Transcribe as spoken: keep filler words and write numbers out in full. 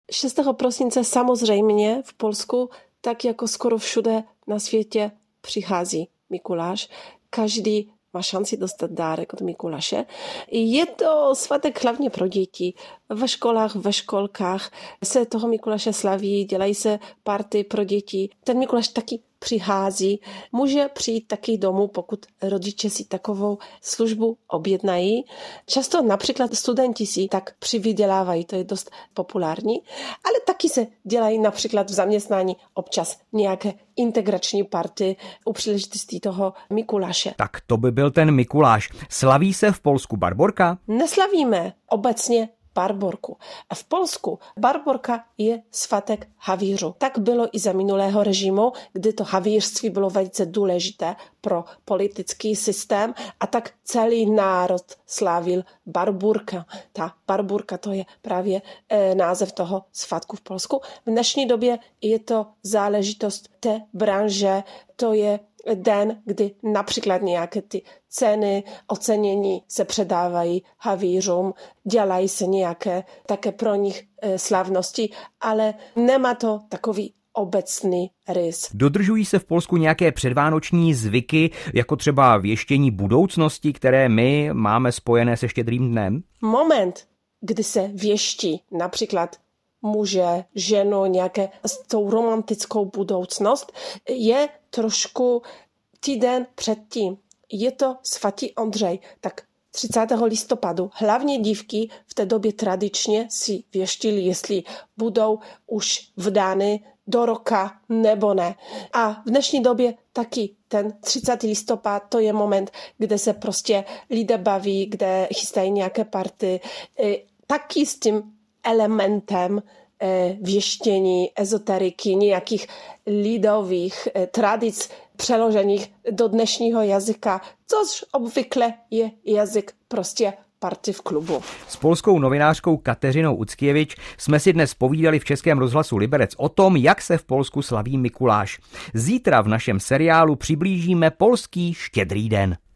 šestého prosince samozřejmě v Polsku, tak jako skoro všude na světě, přichází Mikuláš. Každý má šanci dostat dárek od Mikuláše. Je to svátek hlavně pro děti. Ve školách, ve školkách se toho Mikuláše slaví, dělají se party pro děti. Ten Mikuláš taky přichází. Může přijít taky domů, pokud rodiče si takovou službu objednají. Často například studenti si tak přivydělávají, to je dost populární, ale taky se dělají například v zaměstnání občas nějaké integrační party u příležitosti toho Mikuláše. Tak to by byl ten Mikuláš. Slaví se v Polsku Barborka? Neslavíme obecně Barborku. A v Polsku Barborka je svátek havířů. Tak bylo i za minulého režimu, kdy to havířství bylo velice důležité pro politický systém a tak celý národ slávil Barburka. Ta Barburka to je právě e, název toho svátku v Polsku. V dnešní době je to záležitost té branže, to je den, kdy například nějaké ty ceny, ocenění se předávají havířům, dělají se nějaké také pro nich e, slavnosti, ale nemá to takový obecný rys. Dodržují se v Polsku nějaké předvánoční zvyky, jako třeba věštění budoucnosti, které my máme spojené se Štědrým dnem? Moment, kdy se věští například muže, ženu, nějaké s tou romantickou budoucnost, je trošku týden předtím. Je to svatý Ondřej, tak třicátého listopadu. Hlavně dívky v té době tradičně si věštili, jestli budou už vdány do roka nebo ne. A v dnešní době taky ten třicátého listopad, to je moment, kde se prostě lidé baví, kde chystají nějaké party. Taky s tím elementem věštění, ezoteriky, nějakých lidových tradic přeložených do dnešního jazyka, což obvykle je jazyk prostě party v klubu. S polskou novinářkou Kateřinou Uckiewicz jsme si dnes povídali v Českém rozhlasu Liberec o tom, jak se v Polsku slaví Mikuláš. Zítra v našem seriálu přiblížíme polský Štědrý den.